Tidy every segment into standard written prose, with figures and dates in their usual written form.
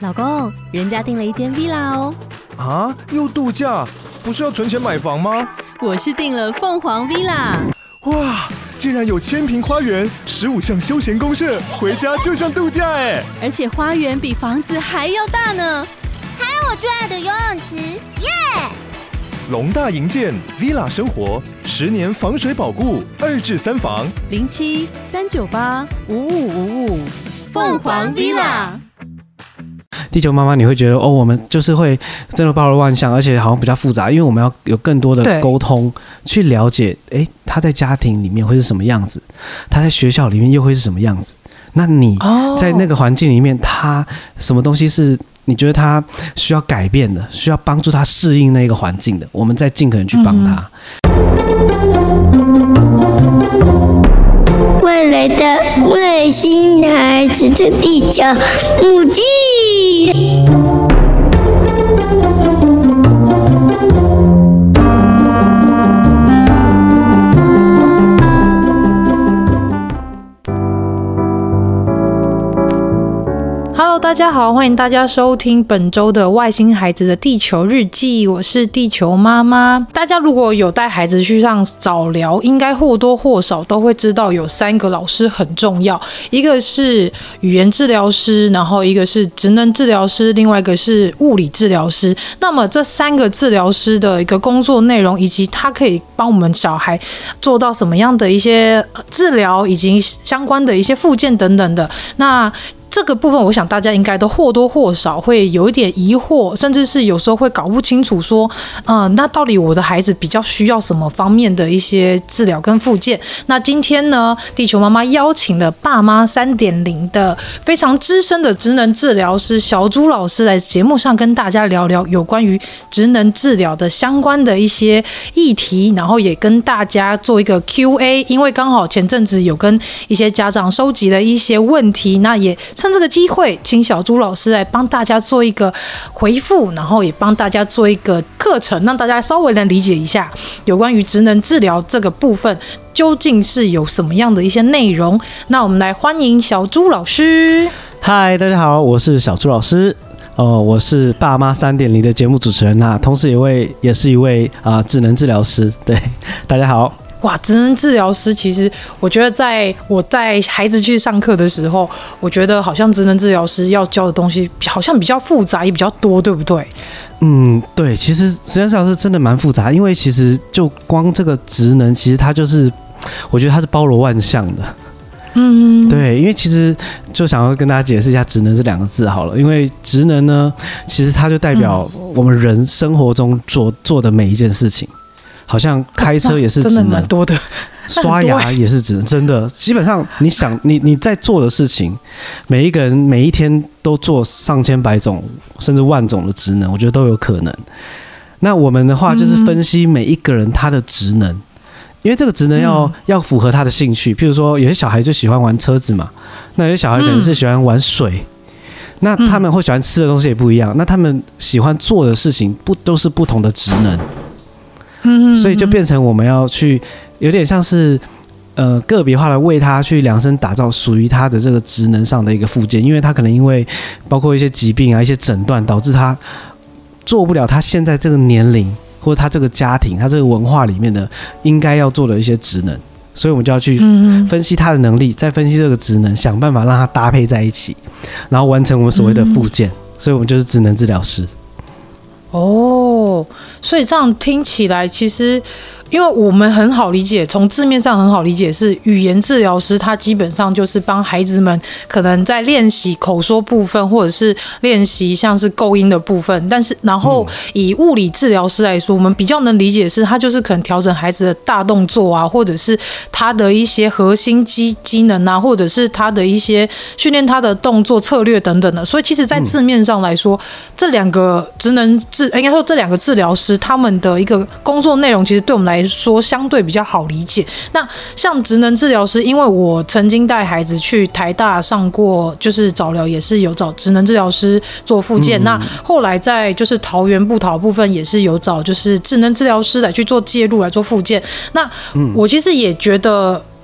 老公，人家订了一间 villa 哦。 啊，又度假？不是要存钱买房吗？ 我是订了凤凰 villa。 哇，竟然有1000坪花园，15项休闲公社，回家就像度假哎！ 而且花园比房子还要大呢。 还有我最爱的游泳池，耶！ 龙大营建 villa 生活，10年防水保固，2至3房 07-398-5555，凤凰 villa。 地球妈妈，你会觉得哦，我们就是会真的包罗万象，而且好像比较复杂，因为我们要有更多的沟通，去了解，他在家庭里面会是什么样子，他在学校里面又会是什么样子。那你在那个环境里面，他什么东西是你觉得他需要改变的，需要帮助他适应那个环境的，我们再尽可能去帮他。 未来的外星孩子的地球母地。 Hello， 大家好，欢迎大家收听本周的外星孩子的地球日记，我是地球妈妈。大家如果有带孩子去上早疗，应该或多或少都会知道有3个老师很重要，一个是语言治疗师，然后一个是职能治疗师，另外一个是物理治疗师。那么这3个治疗师的一个工作内容，以及他可以帮我们小孩做到什么样的一些治疗，以及相关的一些复健等等的，那这个部分我想大家应该都或多或少会有一点疑惑，甚至是有时候会搞不清楚说那到底我的孩子比较需要什么方面的一些治疗跟复健。那今天呢，地球妈妈邀请了爸妈 3.0 的非常资深的职能治疗师小朱老师来节目上跟大家聊聊有关于职能治疗的相关的一些议题，然后也跟大家做一个 Q&A， 因为刚好前阵子有跟一些家长收集了一些问题，那也趁这个机会请小朱老师来帮大家做一个回复，然后也帮大家做一个课程，让大家稍微能理解一下有关于职能治疗这个部分究竟是有什么样的一些内容。那我们来欢迎小朱老师。 嗨，大家好，我是小朱老师。我是爸妈 3.0 的节目主持人，那同时也是一位职能治疗师。对，大家好。 哇，职能治疗师其实我觉得我带孩子去上课的时候，我觉得好像职能治疗师要教的东西好像比较复杂也比较多，对不对？ 对，其实职能治疗师真的蛮复杂，因为其实就光这个职能，其实它就是我觉得它是包罗万象的。对，因为其实就想要跟大家解释一下职能这2个字好了，因为职能呢，其实它就代表我们人生活中做的每一件事情。好像开车也是职能， 真的蛮多的。 刷牙也是职能，真的。基本上你在做的事情，每一个人每一天都做上千百种甚至万种的职能，我觉得都有可能。那我们的话就是分析每一个人他的职能，因为这个职能要符合他的兴趣。譬如说，有些小孩就喜欢玩车子嘛，那有些小孩可能是喜欢玩水。那他们会喜欢吃的东西也不一样，那他们喜欢做的事情都是不同的职能。所以就变成我们要去有点像是个别化的为他去量身打造属于他的这个职能上的一个附件，因为他可能因为包括一些疾病啊、一些诊断，导致他做不了他现在这个年龄或者他这个家庭、他这个文化里面的应该要做的一些职能，所以我们就要去分析他的能力，再分析这个职能，想办法让他搭配在一起，然后完成我们所谓的附件，所以我们就是职能治疗师。 所以这样听起来，其实因为我们很好理解，从字面上很好理解是语言治疗师，他基本上就是帮孩子们可能在练习口说部分，或者是练习像是构音的部分。但是然后以物理治疗师来说，我们比较能理解是他就是可能调整孩子的大动作啊，或者是他的一些核心机能啊，或者是他的一些训练他的动作策略等等的。所以其实在字面上来说，这2个应该说这2个治疗师他们的一个工作内容，其实对我们来说相对比较好理解。那像职能治疗师，因为我曾经带孩子去台大上过，就是早疗也是有找职能治疗师做复健。那后来在就是桃园部桃部分也是有找就是职能治疗师来去做介入来做复健。那我其实也觉得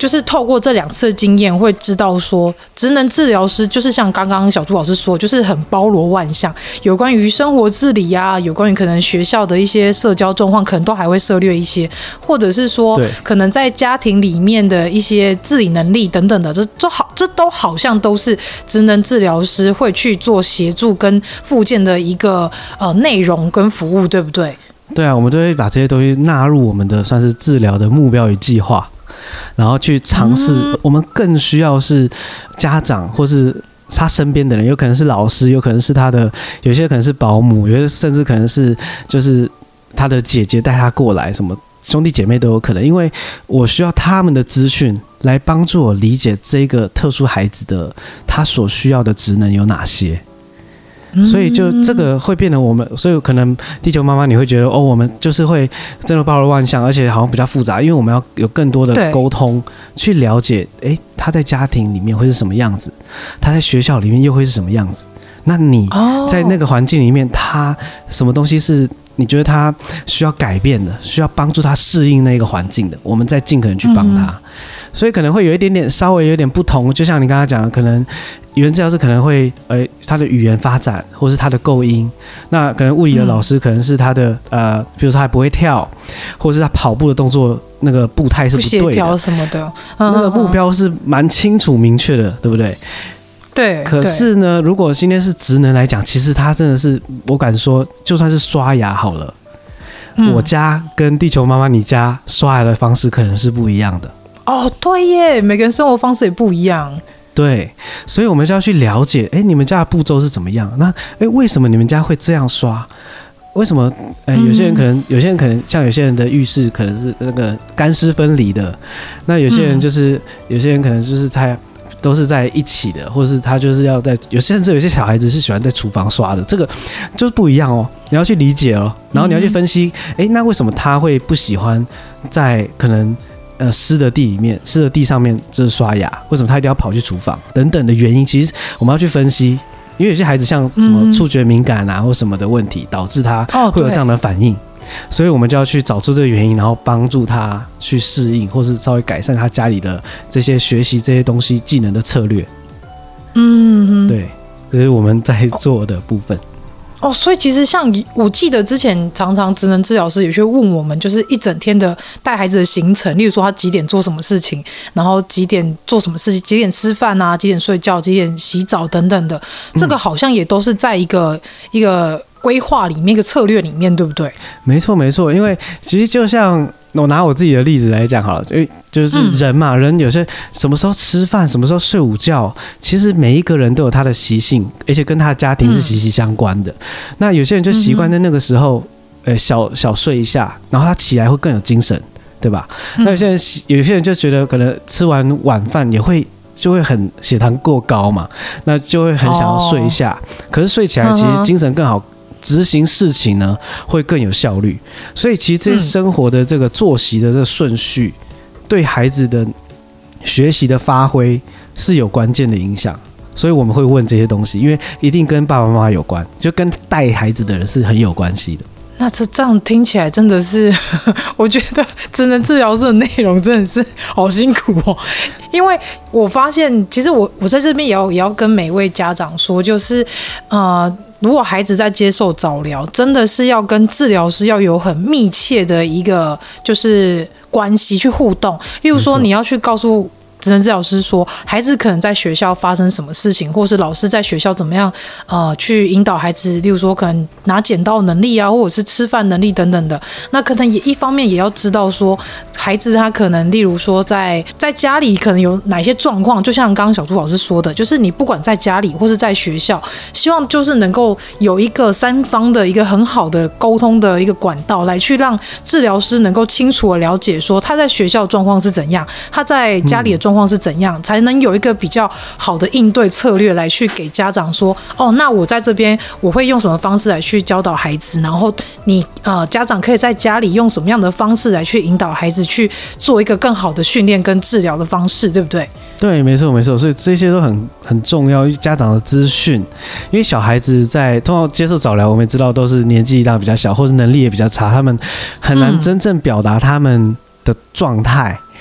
就是透过这2次的经验，会知道说，职能治疗师就是像刚刚小朱老师说，就是很包罗万象，有关于生活自理啊，有关于可能学校的一些社交状况，可能都还会涉略一些，或者是说，可能在家庭里面的一些自理能力等等的，这都好像都是职能治疗师会去做协助跟复健的一个内容跟服务，对不对？ 对啊，我们都会把这些东西纳入我们的算是治疗的目标与计划，然后去尝试。我们更需要是家长或是他身边的人，有可能是老师，有可能是他的，有些可能是保姆，有些甚至可能是就是他的姐姐带他过来，什么兄弟姐妹都有可能。因为我需要他们的资讯来帮助我理解这个特殊孩子的他所需要的职能有哪些。所以就这个会变成我们，所以可能地球妈妈你会觉得我们就是会真的包罗万象，而且好像比较复杂，因为我们要有更多的沟通去了解，他在家庭里面会是什么样子，他在学校里面又会是什么样子。那你在那个环境里面，他什么东西是你觉得他需要改变的，需要帮助他适应那个环境的，我们再尽可能去帮他。所以可能会有一点点稍微有点不同，就像你刚刚讲的，可能语言治疗师可能会他的语言发展，或是他的构音，那可能物理的老师可能是他的比如说他还不会跳，或者是他跑步的动作那个步态是不对的， 不协调什么的， 那个目标是蛮清楚明确的，对不对？ 对。 可是呢，如果今天是职能来讲，其实他真的是，我敢说，就算是刷牙好了，我家跟地球妈妈你家刷牙的方式可能是不一样的。 对耶，每个人生活方式也不一样。 对，所以我们就要去了解，你们家的步骤是怎么样？那为什么你们家会这样刷？为什么有些人可能像有些人的浴室可能是那个干湿分离的，那有些人就是有些人可能就是他都是在一起的，或是他就是要在甚至有些小孩子是喜欢在厨房刷的，这个就是不一样哦。你要去理解哦，然后你要去分析，那为什么他会不喜欢在可能湿的地上面就是刷牙，为什么他一定要跑去厨房等等的原因，其实我们要去分析，因为有些孩子像什么触觉敏感啊或什么的问题，导致他会有这样的反应，所以我们就要去找出这个原因，然后帮助他去适应，或是稍微改善他家里的这些学习这些东西技能的策略。对，这是我们在做的部分。 所以其实像我记得之前常常职能治疗师也去问我们，就是一整天的带孩子的行程，例如说他几点做什么事情，然后几点做什么事情，几点吃饭啊，几点睡觉，几点洗澡等等的，这个好像也都是在一个规划里面，一个策略里面，对不对？ 没错没错，因为其实就像我拿我自己的例子来讲好了，就是人嘛，人有些什么时候吃饭，什么时候睡午觉，其实每一个人都有他的习性，而且跟他的家庭是息息相关的。那有些人就习惯在那个时候，小睡一下，然后他起来会更有精神，对吧？那有些人就觉得可能吃完晚饭就会很血糖过高嘛，那就会很想要睡一下，可是睡起来其实精神更好。执行事情呢会更有效率，所以其实这些生活的这个作息的这个顺序，对孩子的学习的发挥是有关键的影响。所以我们会问这些东西，因为一定跟爸爸妈妈有关，就跟带孩子的人是很有关系的。 那这样听起来真的是，我觉得职能治疗师的内容真的是好辛苦哦。因为我发现，其实我在这边也要跟每位家长说，就是如果孩子在接受早疗，真的是要跟治疗师要有很密切的一个就是关系去互动。例如说，你要去告诉职能治疗师说，孩子可能在学校发生什么事情，或是老师在学校怎么样去引导孩子，例如说可能拿剪刀能力啊，或者是吃饭能力等等的。那可能也一方面也要知道说，孩子他可能例如说在家里可能有哪些状况，就像刚刚小朱老师说的，就是你不管在家里或是在学校，希望就是能够有一个三方的一个很好的沟通的一个管道，来去让治疗师能够清楚的了解说他在学校状况是怎样，他在家里的状况是怎样，才能有一个比较好的应对策略来去给家长说，那我在这边我会用什么方式来去教导孩子，然后你家长可以在家里用什么样的方式来去引导孩子去做一个更好的训练跟治疗的方式，对不对？ 对，没错没错，所以这些都很重要，家长的资讯，因为小孩子通常接受早疗，我们也知道都是年纪一大比较小，或是能力也比较差，他们很难真正表达他们的状态。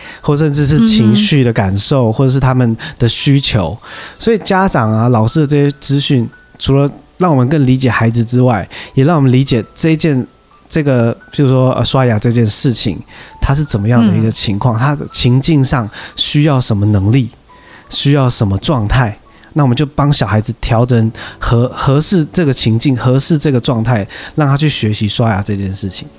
或甚至是情绪的感受，或者是他们的需求。所以家长啊、老师的这些资讯，除了让我们更理解孩子之外，也让我们理解这个，比如说刷牙这件事情，它是怎么样的一个情况，它的情境上需要什么能力，需要什么状态。那我们就帮小孩子调整合适这个情境，合适这个状态，让他去学习刷牙这件事情。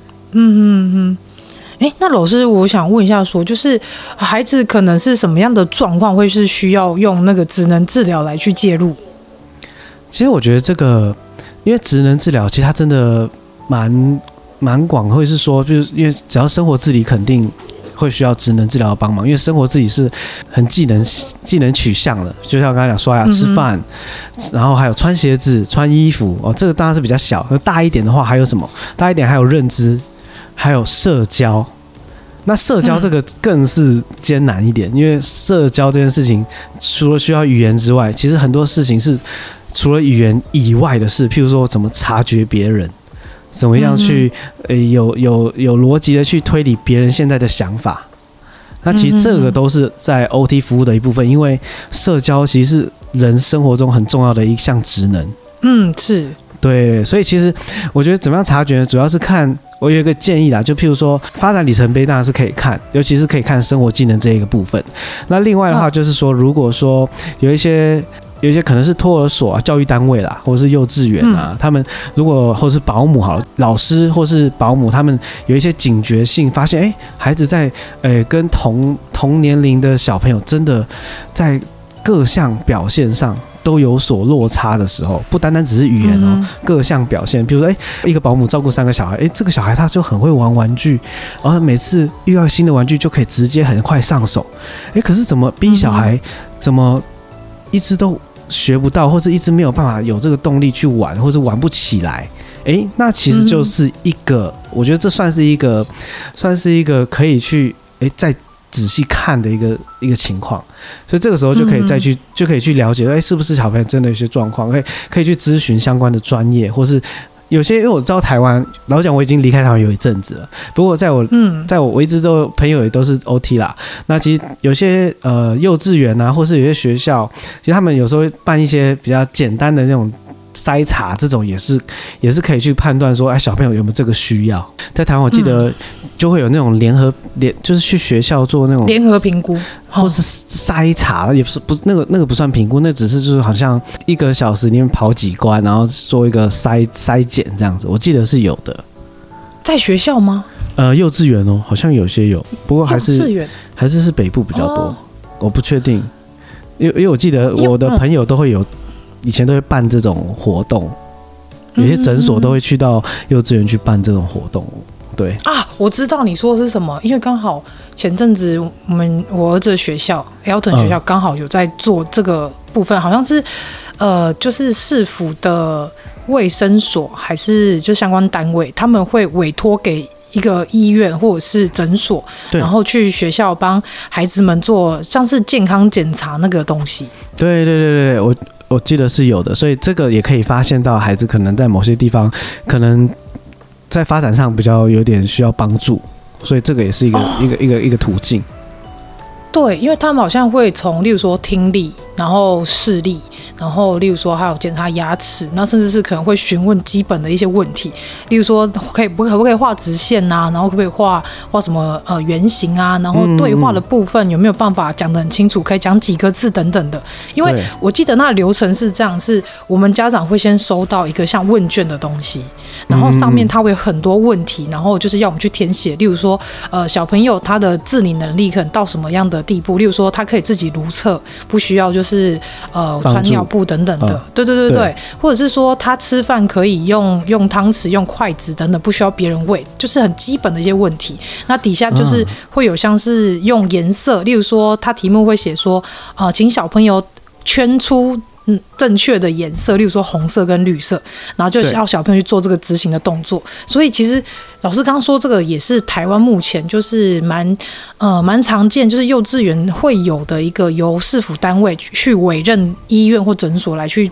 那老师，我想问一下说，就是孩子可能是什么样的状况，会是需要用那个职能治疗来去介入？ 其实我觉得这个，因为职能治疗，其实它真的蛮广，会是说，就是因为只要生活自理，肯定会需要职能治疗的帮忙，因为生活自己是很技能取向的，就像我刚才讲刷牙、吃饭，然后还有穿鞋子、穿衣服哦，这个当然是比较小。大一点的话还有什么？大一点还有认知，还有社交。那社交这个更是艰难一点，因为社交这件事情除了需要语言之外，其实很多事情是除了语言以外的事，譬如说怎么察觉别人。怎么样去有逻辑的去推理别人现在的想法？那其实这个都是在 OT 服务的一部分，因为社交其实是人生活中很重要的一项职能。 是， 对，所以其实我觉得怎么样察觉呢？主要是看，我有一个建议啦，就譬如说发展里程碑当然是可以看，尤其是可以看生活技能这一个部分。那另外的话就是说，如果说有一些可能是托儿所啊、教育单位啦，或者是幼稚园啊，他们如果或是保姆好了，老师或是保姆，他们有一些警觉性，发现孩子在跟同年龄的小朋友真的在各项表现上都有所落差的时候，不单单只是语言哦，各项表现，比如说一个保姆照顾3个小孩，这个小孩他就很会玩玩具，然后每次遇到新的玩具就可以直接很快上手，可是怎么逼小孩怎么一直都学不到，或是一直没有办法有这个动力去玩，或是玩不起来，那其实就是一个，我觉得这算是一个可以去再仔细看的一个情况，所以这个时候就可以去了解，是不是小朋友真的有些状况，可以去咨询相关的专业，或是有些，因为我知道台湾，老实讲我已经离开台湾有一阵子了，不过在我一直都朋友也都是 OT 啦。那其实有些幼稚园啊，或是有些学校，其实他们有时候会办一些比较简单的那种筛查，这种也是可以去判断说，小朋友有没有这个需要。在台湾我记得就会有那种就是去学校做那种联合评估， 或是筛查，也不那个不算评估，那只是就是好像1个小时里面跑几关，然后做一个筛检这样子，我记得是有的。 在学校吗？ 幼稚园哦，好像有些有，不过还是北部比较多，我不确定，因为我记得我的朋友都会有。以前都会办这种活动，有些诊所都会去到幼稚园去办这种活动。对啊，我知道你说的是什么，因为刚好前阵子我儿子的学校 Elton 学校刚好有在做这个部分，好像是就是市府的卫生所还是就相关单位，他们会委托给一个医院或者是诊所，然后去学校帮孩子们做像是健康检查那个东西。 对，我记得是有的，所以这个也可以发现到孩子可能在某些地方可能在发展上比较有点需要帮助，所以这个也是一个途径。 对，因为他们好像会从例如说听力，然后视力，然后例如说还有检查牙齿，那甚至是可能会询问基本的一些问题，例如说可不可以画直线啊，然后可不可以画什么圆形啊，然后对话的部分有没有办法讲得很清楚，可以讲几个字等等的。因为我记得那流程是这样，是我们家长会先收到一个像问卷的东西，然后上面它会有很多问题，然后就是要我们去填写，例如说小朋友他的自理能力可能到什么样的地步，例如说他可以自己如厕，不需要就是穿尿布等等的，对，或者是说他吃饭可以用汤匙、用筷子等等，不需要别人喂，就是很基本的一些问题。那底下就是会有像是用颜色，例如说他题目会写说请小朋友圈出正确的颜色，例如说红色跟绿色，然后就要小朋友去做这个执行的动作。所以其实老师刚刚说这个也是台湾目前就是蛮常见，就是幼稚园会有的一个由市府单位去委任医院或诊所来去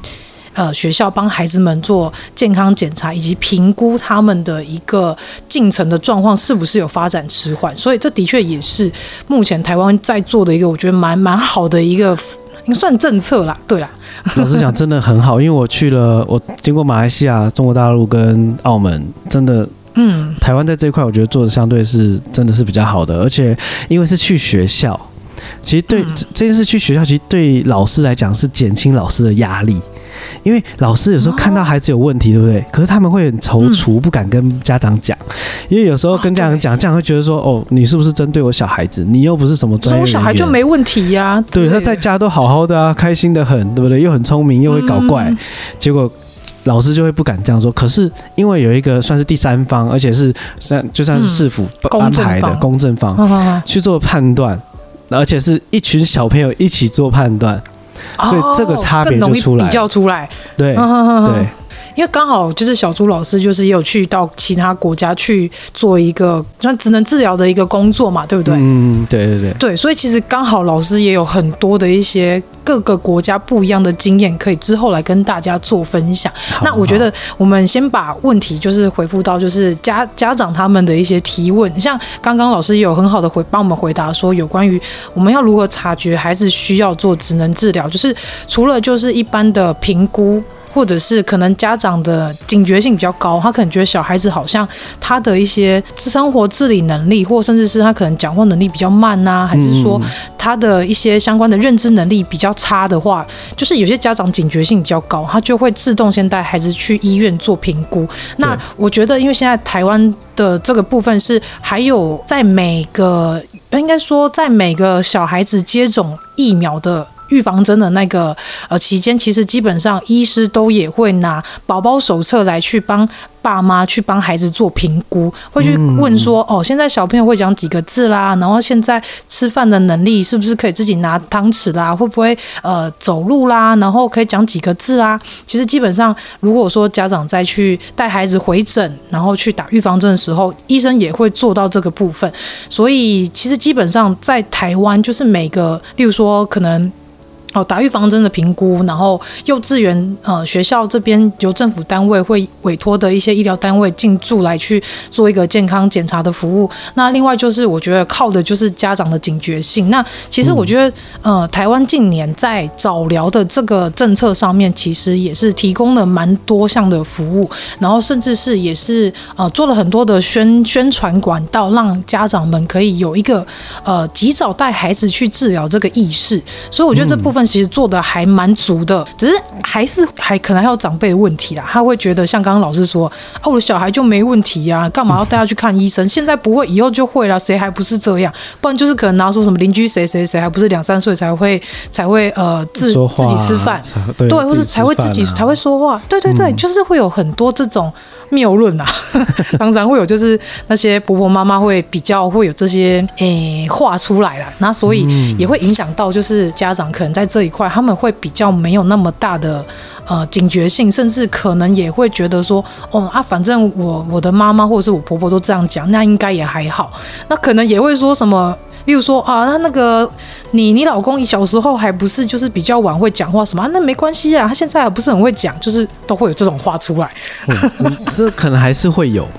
学校帮孩子们做健康检查，以及评估他们的一个进程的状况是不是有发展迟缓。所以这的确也是目前台湾在做的一个我觉得蛮好的一个应该算政策啦。对啦， 老实讲真的很好，因为我经过马来西亚、中国大陆跟澳门，真的。台湾在这一块我觉得做的相对是真的是比较好的，而且因为是去学校，其实对这件事去学校，其实对老师来讲是减轻老师的压力，因为老师有时候看到孩子有问题，对不对？可是他们会很踌躇，不敢跟家长讲，因为有时候跟家长讲，家长会觉得说，哦，你是不是针对我小孩子？你又不是什么专业人员， 说小孩就没问题呀。 对，他在家都好好的啊，开心的很，对不对？又很聪明，又会搞怪，结果。老师就会不敢这样说，可是因为有一个算是第三方，而且是就算是市府安排的公正方去做判断，而且是一群小朋友一起做判断，所以这个差别就出来， 比较出来。 对对。 因为刚好就是小朱老师就是也有去到其他国家去做一个像职能治疗的一个工作嘛，对不对？对，所以其实刚好老师也有很多的一些各个国家不一样的经验，可以之后来跟大家做分享。那我觉得我们先把问题就是回复到就是家长他们的一些提问，像刚刚老师也有很好的帮我们回答说有关于我们要如何察觉孩子需要做职能治疗，就是除了就是一般的评估。或者是可能家长的警觉性比较高，他可能觉得小孩子好像他的一些生活自理能力，或甚至是他可能讲话能力比较慢啊，还是说他的一些相关的认知能力比较差的话，就是有些家长警觉性比较高，他就会自动先带孩子去医院做评估。那我觉得因为现在台湾的这个部分是还有在每个小孩子接种疫苗的预防针的那个期间，其实基本上医师都也会拿宝宝手册来去帮爸妈去帮孩子做评估，会去问说现在小朋友会讲几个字啦，然后现在吃饭的能力是不是可以自己拿汤匙啦，会不会走路啦，然后可以讲几个字啦。其实基本上如果说家长再去带孩子回诊，然后去打预防针的时候，医生也会做到这个部分。所以其实基本上在台湾就是每个例如说可能打预防针的评估，然后幼稚园学校这边由政府单位会委托的一些医疗单位进驻来去做一个健康检查的服务。那另外就是我觉得靠的就是家长的警觉性。那其实我觉得台湾近年在早疗的这个政策上面，其实也是提供了蛮多项的服务，然后甚至是也是做了很多的宣传管道，让家长们可以有一个及早带孩子去治疗这个意识。所以我觉得这部分其实做的还蛮足的，只是还可能还有长辈的问题啦，他会觉得像刚刚老师说我的小孩就没问题啊，干嘛要带他去看医生？现在不会，以后就会了，谁还不是这样？不然就是可能拿说什么邻居谁还不是2-3岁才会自己吃饭，对，或者才会才会说话，对，就是会有很多这种谬论啊，常常会有就是那些婆婆妈妈会比较会有这些话出来啦，那所以也会影响到就是家长可能在这一块他们会比较没有那么大的警觉性，甚至可能也会觉得说反正我的妈妈或者是我婆婆都这样讲，那应该也还好。那可能也会说什么例如说那个你老公小时候还不是就是比较晚会讲话什么那没关系啊，他现在还不是很会讲，就是都会有这种话出来。 这可能还是会有。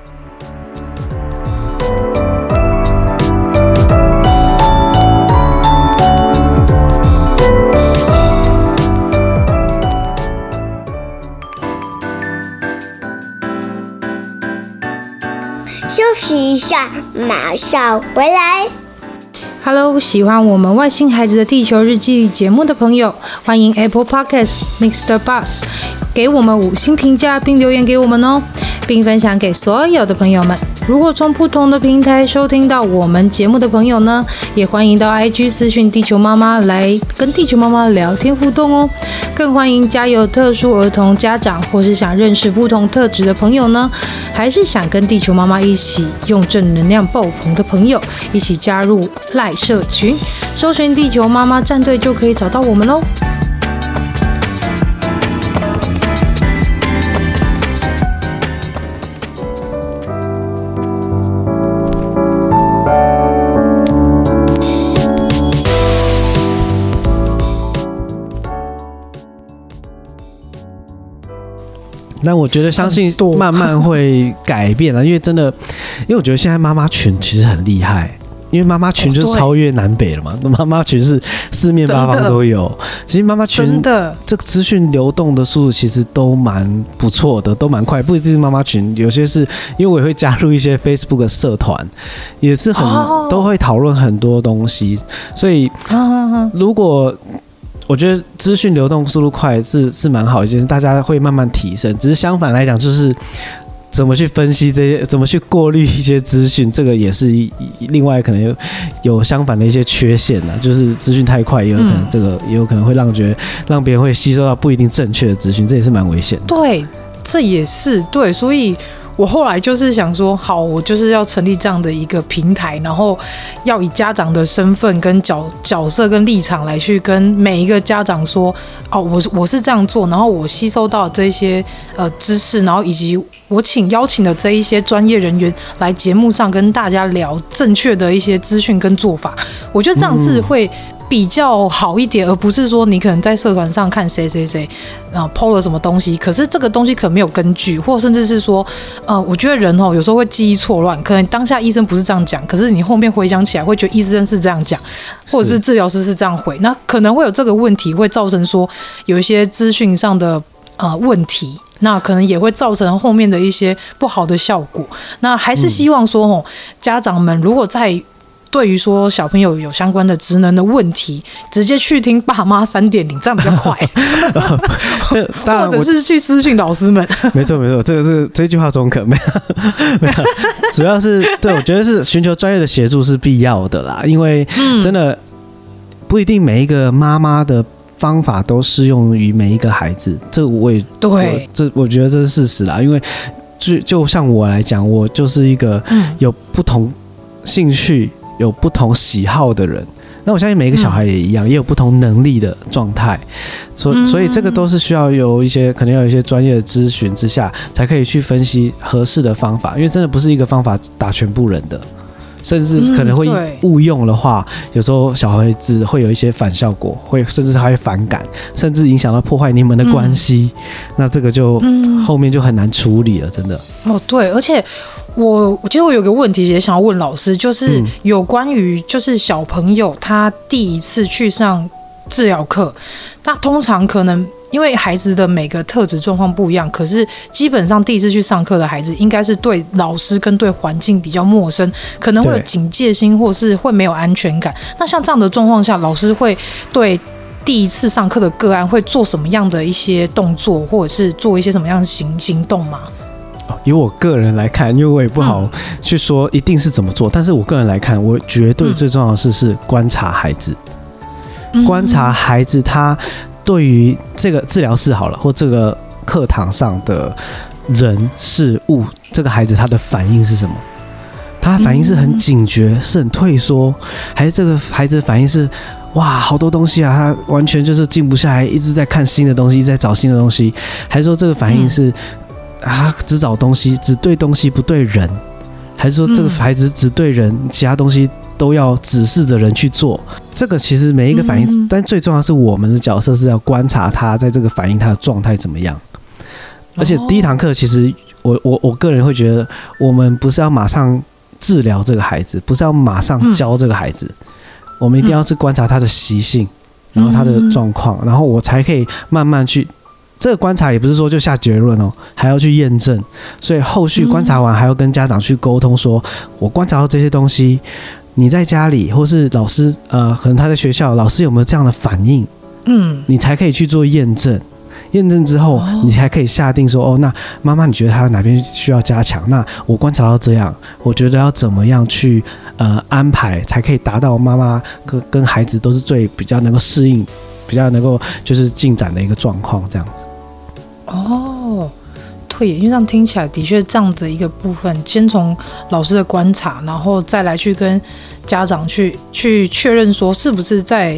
休息一下，马上回来。 Hello， 喜欢我们外星孩子的地球日记节目的朋友，欢迎 Apple Podcast、Mr. Bus 给我们5星评价并留言给我们哦，并分享给所有的朋友们。如果从不同的平台收听到我们节目的朋友呢，也欢迎到 IG 私讯地球妈妈来跟地球妈妈聊天互动哦。更欢迎家有特殊儿童家长或是想认识不同特质的朋友呢，还是想跟地球妈妈一起用正能量爆棚的朋友，一起加入赖社群，搜寻地球妈妈战队就可以找到我们咯。 那我觉得相信慢慢会改变了，因为真的，因为我觉得现在妈妈群其实很厉害。因为妈妈群就是超越南北了嘛，妈妈群是四面八方都有。其实妈妈群这个资讯流动的速度其实都蛮不错的，都蛮快。不一定是妈妈群，有些是因为我也会加入一些 Facebook 的社团，也是都会讨论很多东西。所以如果我觉得资讯流动速度快是蛮好一件事，大家会慢慢提升。只是相反来讲，就是怎么去分析这些，怎么去过滤一些资讯，这个也是另外可能有相反的一些缺陷啦。就是资讯太快，也有可能这个也有可能会让别人会吸收到不一定正确的资讯，这也是蛮危险的。 对，这也是对，所以我后来就是想说，好，我就是要成立这样的一个平台，然后要以家长的身份跟角色跟立场来去跟每一个家长说，哦，我是这样做，然后我吸收到这些知识，然后以及我邀请的这一些专业人员来节目上跟大家聊正确的一些资讯跟做法，我觉得这样子会比较好一点，而不是说你可能在社团上看谁PO 了什么东西，可是这个东西可能没有根据，或甚至是说我觉得人有时候会记忆错乱，可能当下医生不是这样讲，可是你后面回想起来会觉得医生是这样讲，或者是治疗师是这样回，那可能会有这个问题，会造成说有一些资讯上的问题，那可能也会造成后面的一些不好的效果。那还是希望说家长们如果在对于说小朋友有相关的职能的问题，直接去听爸妈3.0，这样比较快。或者是去私讯老师们。 没错，这句话中肯，没有，主要是对，我觉得是寻求专业的协助是必要的啦，因为真的不一定每一个妈妈的方法都适用于每一个孩子，这我也对，我觉得这是事实啦。因为就像我来讲，我就是一个有不同兴趣、有不同喜好的人。那我相信每一个小孩也一样，也有不同能力的状态，所以这个都是需要有一些可能要有一些专业的咨询之下，才可以去分析合适的方法。因为真的不是一个方法打全部人的。甚至可能会误用的话，有时候小孩子会有一些反效果，甚至他会反感，甚至影响到破坏你们的关系。那这个就后面就很难处理了，真的。 对，而且我其实我有个问题也想要问老师，就是有关于就是小朋友他第一次去上治疗课，那通常可能因为孩子的每个特质状况不一样，可是基本上第一次去上课的孩子应该是对老师跟对环境比较陌生，可能会有警戒心或是会没有安全感。那像这样的状况下，老师会对第一次上课的个案会做什么样的一些动作，或者是做一些什么样的行动吗？ 以我个人来看，因为我也不好去说一定是怎么做，但是我个人来看，我绝对最重要的事是观察孩子，观察孩子他对于这个治疗室好了，或这个课堂上的人事物，这个孩子他的反应是什么？他反应是很警觉，是很退缩，还是这个孩子的反应是哇好多东西啊，他完全就是静不下来，一直在看新的东西，一直在找新的东西，还是说这个反应是只找东西，只对东西不对人？还是说这个孩子只对人，其他东西都要指示着人去做？这个其实每一个反应，但最重要是我们的角色是要观察他在这个反应他的状态怎么样。而且第一堂课其实我个人会觉得，我们不是要马上治疗这个孩子，不是要马上教这个孩子，我们一定要是观察他的习性，然后他的状况，然后我才可以慢慢去。这个观察也不是说就下结论哦，还要去验证，所以后续观察完还要跟家长去沟通说，我观察到这些东西，你在家里或是老师可能他在学校，老师有没有这样的反应？你才可以去做验证。验证之后，你才可以下定说，那妈妈你觉得他哪边需要加强？那我观察到这样，我觉得要怎么样去安排，才可以达到妈妈跟孩子都是比较能够适应，比较能够就是进展的一个状况，这样子。 对，因为这样听起来的确这样的一个部分，先从老师的观察，然后再来去跟家长去确认说是不是在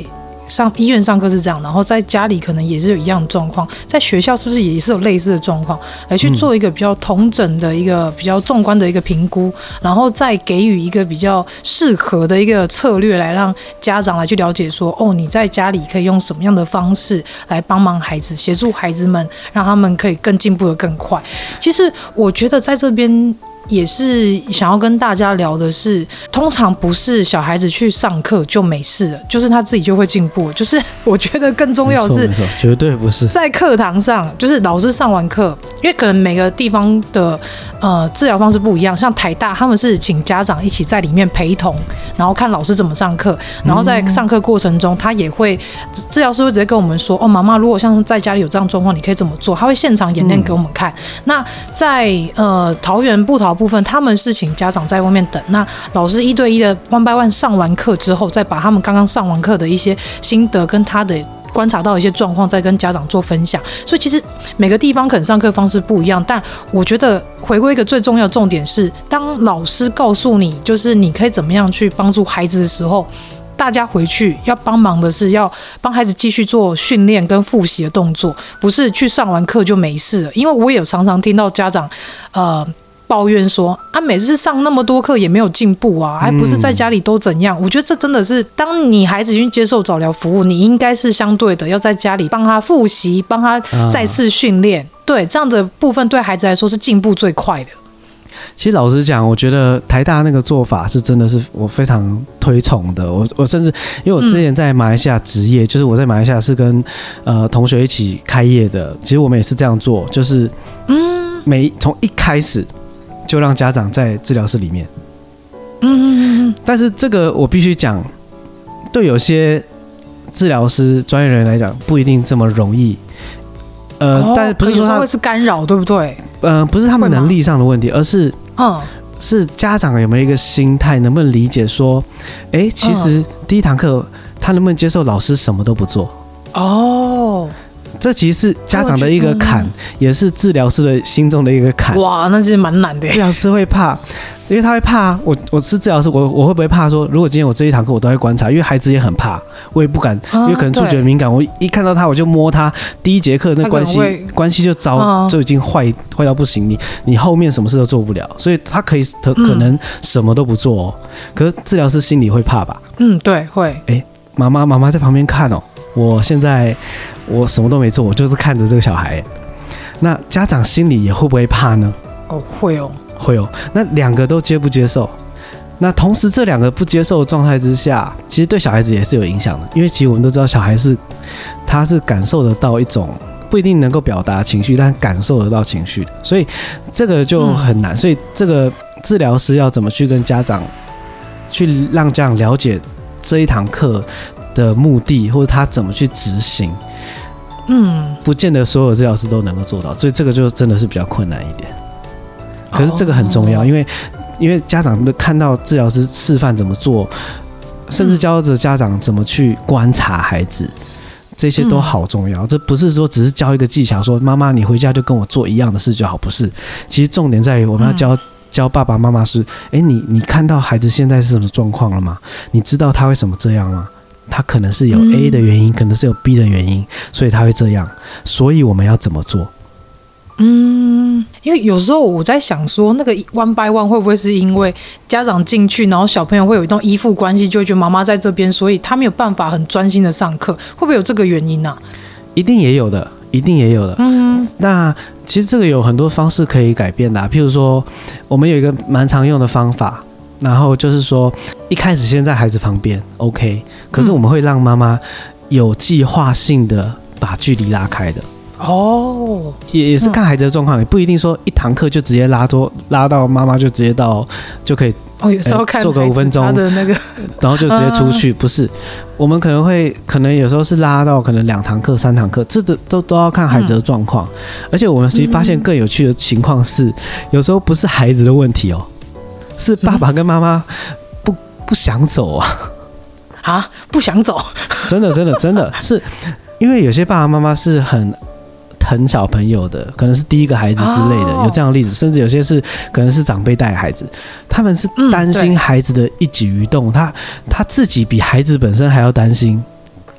医院上课是这样，然后在家里可能也是有一样的状况，在学校是不是也是有类似的状况，来去做一个比较统整的一个比较纵观的一个评估，然后再给予一个比较适合的一个策略，来让家长来去了解说，你在家里可以用什么样的方式来帮忙孩子，协助孩子们，让他们可以更进步的更快。其实我觉得在这边也是想要跟大家聊的是，通常不是小孩子去上课就没事了，就是他自己就会进步。就是我觉得更重要的是， 没错，绝对不是在课堂上，就是老师上完课，因为可能每个地方的治疗方式不一样，像台大他们是请家长一起在里面陪同，然后看老师怎么上课，然后在上课过程中，他也会治疗师会直接跟我们说，妈妈如果像在家里有这样状况，你可以怎么做，他会现场演练给我们看。那在桃园部桃部分，他们是请家长在外面等，那老师1对1的1 by 1上完课之后，再把他们刚刚上完课的一些心得跟他的观察到一些状况，再跟家长做分享。所以其实每个地方可能上课方式不一样，但我觉得回归一个最重要的重点是，当老师告诉你就是你可以怎么样去帮助孩子的时候，大家回去要帮忙的是要帮孩子继续做训练跟复习的动作，不是去上完课就没事了。因为我也有常常听到家长抱怨说每次上那么多课也没有进步啊，还不是在家里都怎样。我觉得这真的是，当你孩子已经接受早疗服务，你应该是相对的要在家里帮他复习，帮他再次训练，对，这样的部分对孩子来说是进步最快的。 其实老实讲，我觉得台大那个做法是真的是我非常推崇的。我甚至因为我之前在马来西亚职业，就是我在马来西亚是跟同学一起开业的，其实我们也是这样做，就是从一开始就让家长在治疗室里面。但是这个我必须讲，对有些治疗师专业人员来讲不一定这么容易。但是不是说他会是干扰，对不对？ 不是他们能力上的问题，而是是家长有没有一个心态，能不能理解说，其实第一堂课他能不能接受老师什么都不做？这其实是家长的一个坎，也是治疗师的心中的一个坎。 哇，那是蛮难的。 治疗师会怕，因为他会怕我是治疗师，我会不会怕说，如果今天我这一堂课我都在观察，因为孩子也很怕，我也不敢，因为可能触觉敏感，我一看到他我就摸他，第一节课那关系就糟，就已经坏到不行，你后面什么事都做不了，所以他可能什么都不做哦。可是治疗师心里会怕吧？ 对，会。 妈妈在旁边看哦。我现在我什么都没做，我就是看着这个小孩。那家长心里也会不会怕呢？ 会哦。 那两个都接不接受？那同时这两个不接受的状态之下，其实对小孩子也是有影响的。因为其实我们都知道，小孩他是感受得到一种不一定能够表达情绪，但感受得到情绪的，所以这个就很难。所以这个治疗师要怎么去跟家长去让家长了解这一堂课的目的，或者他怎么去执行，不见得所有治疗师都能够做到，所以这个就真的是比较困难一点。可是这个很重要，因为家长看到治疗师示范怎么做，甚至教着家长怎么去观察孩子，这些都好重要。这不是说只是教一个技巧，说妈妈你回家就跟我做一样的事就好，不是。其实重点在于我们要教爸爸妈妈是，你看到孩子现在是什么状况了吗？你知道他为什么这样吗？他可能是有 A 的原因，可能是有 B 的原因，所以他会这样。所以我们要怎么做？ 因为有时候我在想说，那个 one by one 会不会是因为家长进去，然后小朋友会有一种依附关系，就会觉得妈妈在这边，所以他没有办法很专心的上课，会不会有这个原因啊？ 一定也有的。那其实这个有很多方式可以改变的譬如说，我们有一个蛮常用的方法，然后就是说，一开始先在孩子旁边 ，OK， 可是我们会让妈妈有计划性的把距离拉开的。也是看孩子的状况，也不一定说一堂课就直接拉到妈妈就直接到就可以。 有时候看做个5分钟他的那个， 然后就直接出去，不是。我们可能有时候是拉到可能2堂课、3堂课，这都要看孩子的状况。而且我们其实发现更有趣的情况是，有时候不是孩子的问题哦，是爸爸跟妈妈不想走啊。 不想走， 真的是因为有些爸爸妈妈是很疼小朋友的，可能是第一个孩子之类的，有这样的例子，甚至有些是可能是长辈带孩子，他们是担心孩子的一举一动，他自己比孩子本身还要担心。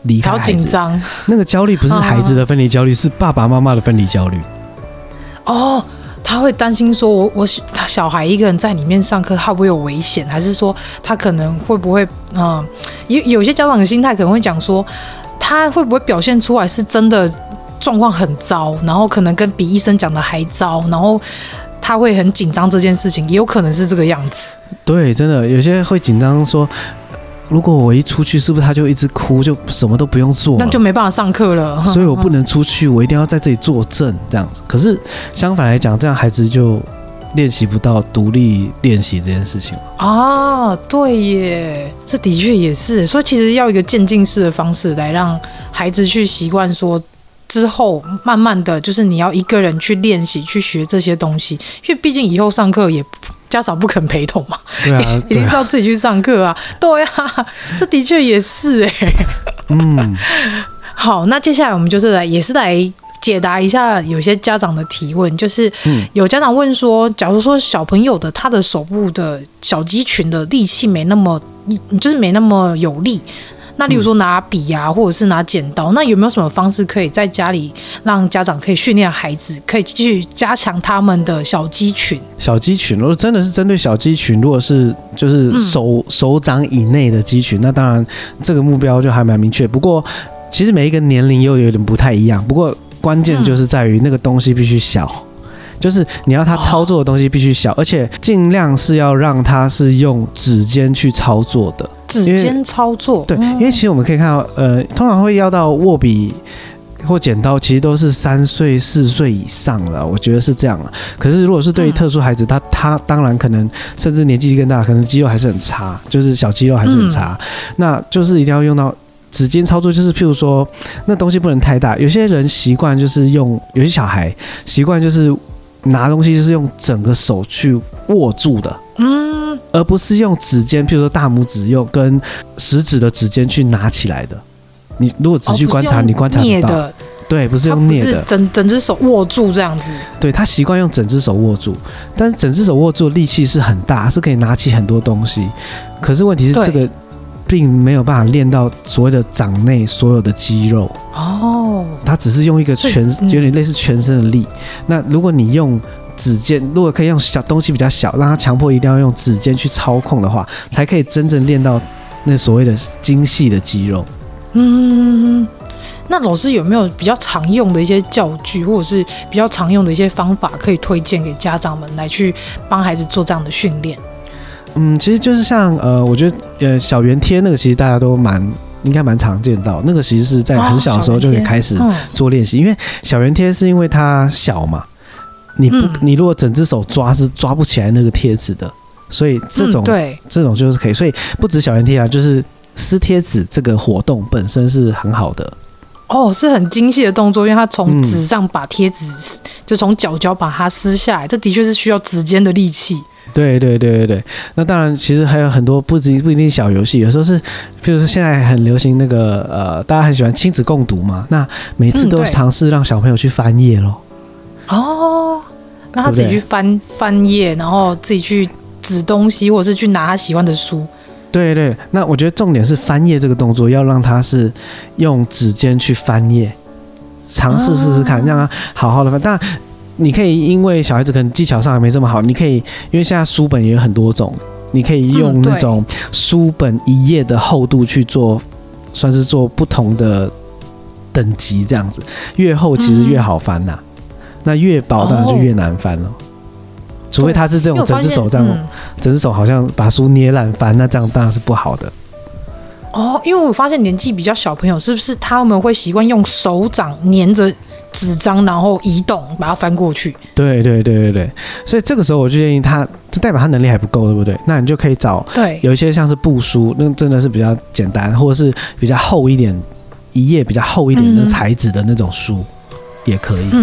离开孩子， 好紧张。 那个焦虑不是孩子的分离焦虑，是爸爸妈妈的分离焦虑。 哦，他会担心说我小孩一个人在里面上课，会不会有危险？还是说他可能会不会有些家长的心态可能会讲说，他会不会表现出来是真的状况很糟，然后可能跟比医生讲的还糟，然后他会很紧张这件事情，也有可能是这个样子。 对，真的有些会紧张说，如果我一出去，是不是他就一直哭，就什么都不用做了， 那就没办法上课了。 所以我不能出去，我一定要在这里坐正这样子。可是相反来讲，这样孩子就练习不到独立练习这件事情啊。对耶，这的确也是。所以其实要一个渐进式的方式来让孩子去习惯说。之后慢慢的就是你要一个人去练习去学这些东西，因为毕竟以后上课也家长不肯陪同嘛， 对啊， 一定是要自己去上课啊，对啊，这的确也是好，那接下来我们就是来解答一下有些家长的提问，就是有家长问说，假如说小朋友的他的手部的小肌群的力气没那么有力。那例如说拿笔啊，或者是拿剪刀，那有没有什么方式可以在家里让家长可以训练孩子，可以继续加强他们的小肌群？ 小肌群，如果真的是针对小肌群，如果是就是手掌以内的肌群，那当然这个目标就还蛮明确。不过其实每一个年龄又有点不太一样。不过关键就是在于那个东西必须小。就是你要他操作的东西必须小，而且尽量是要让他是用指尖去操作的。 指尖操作， 对，因为其实我们可以看到，通常会要到握笔或剪刀，其实都是3岁4岁以上了，我觉得是这样了。可是如果是对于特殊孩子，他当然可能甚至年纪更大，可能肌肉还是很差，就是小肌肉还是很差，那就是一定要用到。指尖操作就是譬如说那东西不能太大，有些人习惯就是有些小孩习惯就是拿东西就是用整个手去握住的，而不是用指尖，譬如说大拇指用跟食指的指尖去拿起来的。你如果仔细观察，你观察得到，对，不是用捏的， 不是整只手握住这样子。 对，他习惯用整只手握住，但是整只手握住的力气是很大，是可以拿起很多东西。可是问题是这个并没有办法练到所谓的掌内所有的肌肉它只是用一个有点类似全身的力。那如果你用指尖，如果可以用小东西比较小，让他强迫一定要用指尖去操控的话，才可以真正练到那所谓的精细的肌肉。 那老师有没有比较常用的一些教具，或者是比较常用的一些方法，可以推荐给家长们来去帮孩子做这样的训练？ 其实就是像我觉得小圆贴那个，其实大家都应该蛮常见到。那个其实是在很小的时候就可以开始做练习，因为小圆贴是因为它小嘛，你如果整只手抓是抓不起来那个贴纸的，所以这种就是可以。所以不止小圆贴啊，就是撕贴纸这个活动本身是很好的。 是很精细的动作，因为它从纸上把贴纸就从角角把它撕下来，这的确是需要指尖的力气。 对，那当然，其实还有很多不一定小游戏，有时候是，比如说现在很流行那个大家很喜欢亲子共读嘛，那每次都尝试让小朋友去翻页咯。 让他自己去翻页，然后自己去指东西，或者是去拿他喜欢的书。 对，那我觉得重点是翻页这个动作要让他是用指尖去翻页，尝试试试看，让他好好的翻。当然你可以因为小孩子可能技巧上还没这么好，你可以因为现在书本也有很多种，你可以用那种书本一页的厚度去做，算是做不同的等级这样子，越厚其实越好翻呐，那越薄当然就越难翻了。除非他是这种整只手这样，整只手好像把书捏烂翻，那这样当然是不好的。 因为我发现年纪比较小朋友，是不是他们会习惯用手掌黏着纸张，然后移动把它翻过去？对， 所以这个时候我就建议他，这代表他能力还不够，对不对？那你就可以找有一些像是布书，那真的是比较简单，或者是比较厚一点，一页比较厚一点的材质的那种书也可以。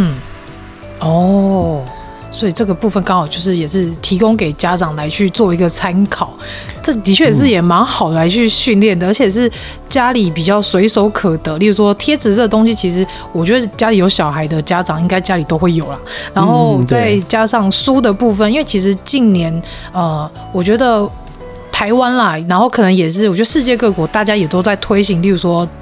所以这个部分刚好就是也是提供给家长来去做一个参考，这的确是也蛮好来去训练的，而且是家里比较随手可得。例如说贴纸这个东西，其实我觉得家里有小孩的家长应该家里都会有啦。然后再加上书的部分，因为其实近年我觉得台湾啦，然后可能也是我觉得世界各国大家也都在推行，例如说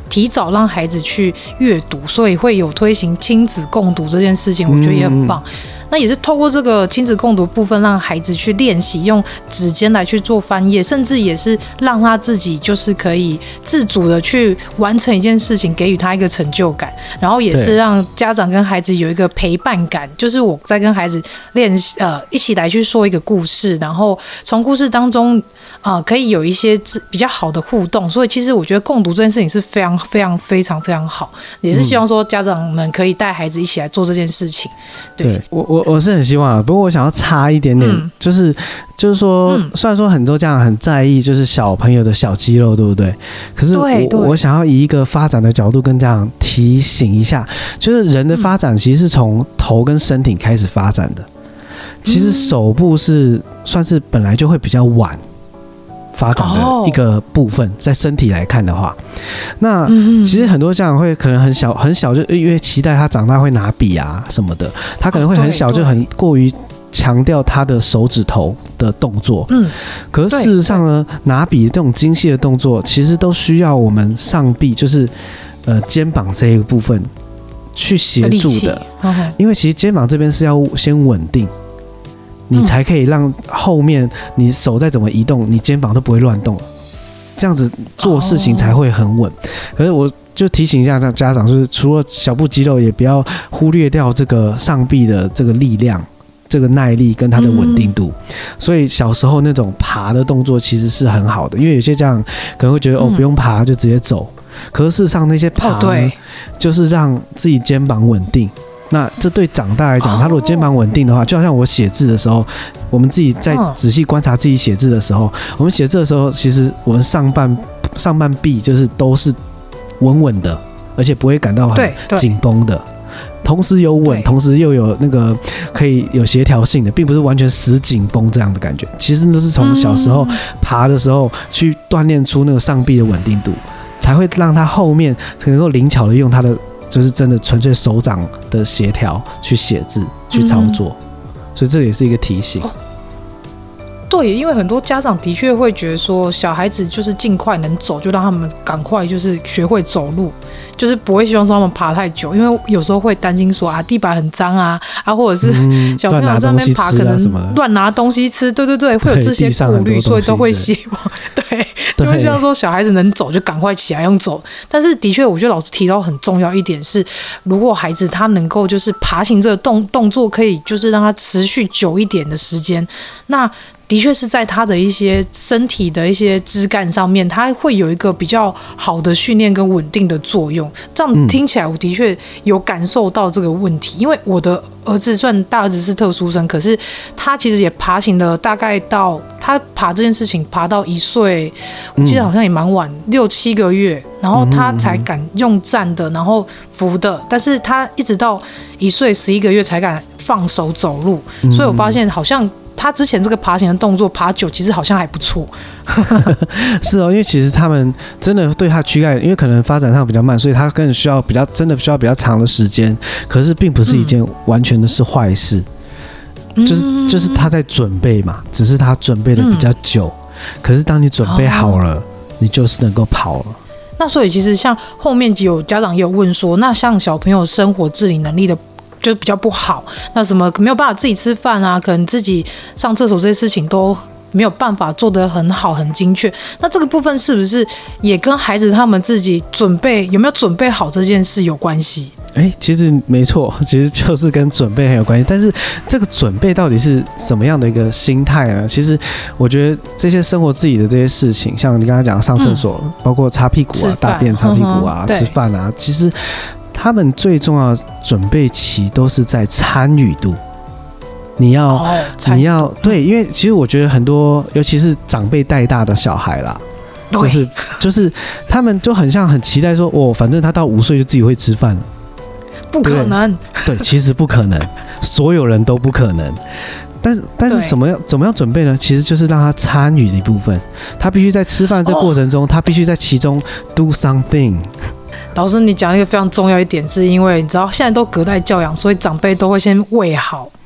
提早让孩子去阅读，所以会有推行亲子共读这件事情，我觉得也很棒。那也是透过这个亲子共读部分，让孩子去练习用指尖来去做翻页，甚至也是让他自己就是可以自主的去完成一件事情，给予他一个成就感，然后也是让家长跟孩子有一个陪伴感，就是我在跟孩子一起来去说一个故事，然后从故事当中可以有一些比较好的互动，所以其实我觉得共读这件事情是非常非常非常非常好，也是希望说家长们可以带孩子一起来做这件事情。对， 我是很希望，不过我想要插一点点，就是说，虽然说很多家长很在意就是小朋友的小肌肉，对不对？可是我想要以一个发展的角度跟家长提醒一下，就是人的发展其实是从头跟身体开始发展的，其实手部是算是本来就会比较晚发展的一个部分，在身体来看的话，那其实很多家长会可能很小就因为期待他长大会拿笔啊什么的，他可能会很小就很过于强调他的手指头的动作，可是事实上呢，拿笔这种精细的动作，其实都需要我们上臂，就是肩膀这一个部分去协助的，因为其实肩膀这边是要先稳定。你才可以让后面你手再怎么移动，你肩膀都不会乱动，这样子做事情才会很稳。可是我就提醒一下家长，就是除了小部肌肉，也不要忽略掉这个上臂的这个力量、这个耐力跟它的稳定度。所以小时候那种爬的动作其实是很好的，因为有些家长可能会觉得不用爬就直接走，可是事实上那些爬呢，就是让自己肩膀稳定。那这对长大来讲，他如果肩膀稳定的话，就好像我写字的时候，我们自己在仔细观察自己写字的时候，我们写字的时候，其实我们上半臂就是都是稳稳的，而且不会感到很紧绷的，同时有稳，同时又有那个可以有协调性的，并不是完全死紧绷这样的感觉。其实都是从小时候爬的时候去锻炼出那个上臂的稳定度，才会让他后面能够灵巧的用他的。就是真的纯粹手掌的协调去写字去操作，所以这也是一个提醒。 对，因为很多家长的确会觉得说，小孩子就是尽快能走，就让他们赶快就是学会走路，就是不会希望说他们爬太久，因为有时候会担心说地板很脏或者是小朋友在那边爬可能乱拿东西吃，对，会有这些顾虑，所以都会希望就会希望说小孩子能走就赶快起来用走。但是的确，我觉得老师提到很重要一点是，如果孩子他能够就是爬行这个动作可以就是让他持续久一点的时间，那的确是在他的一些身体的一些枝干上面，他会有一个比较好的训练跟稳定的作用。这样听起来，我的确有感受到这个问题。因为我的儿子算大儿子是特殊生，可是他其实也爬行了，大概到他爬这件事情爬到1岁，我记得好像也蛮晚，6、7个月，然后他才敢用站的，然后扶的，但是他一直到1岁11个月才敢放手走路，所以我发现好像。他之前这个爬行的动作爬久，其实好像还不错。 是哦，因为其实他们真的对他躯干，因为可能发展上比较慢，所以他更需要真的需要比较长的时间。可是并不是一件完全的是坏事，就是他在准备嘛，只是他准备的比较久。可是当你准备好了，你就是能够跑了。 那所以其实像后面有家长也有问说，那像小朋友生活自理能力的。就比较不好，那什么没有办法自己吃饭啊，可能自己上厕所这些事情都没有办法做得很好很精确，那这个部分是不是也跟孩子他们自己有没有准备好这件事有关系？ 其实没错，其实就是跟准备很有关系。但是这个准备到底是什么样的一个心态呢？其实我觉得这些生活自理的这些事情，像你刚才讲上厕所，包括擦屁股啊、大便擦屁股啊、吃饭啊，其实他们最重要的准备期都是在参与度。你要对，因为其实我觉得很多，尤其是长辈带大的小孩啦，就是他们就很期待说，反正他到5岁就自己会吃饭了。 不可能。 对，其实不可能，所有人都不可能。但是怎么样准备呢？其实就是让他参与的一部分，他必须在吃饭这过程中，他必须在其中 do something。 老师，你讲一个非常重要一点，是因为你知道现在都隔代教养，所以长辈都会先喂好。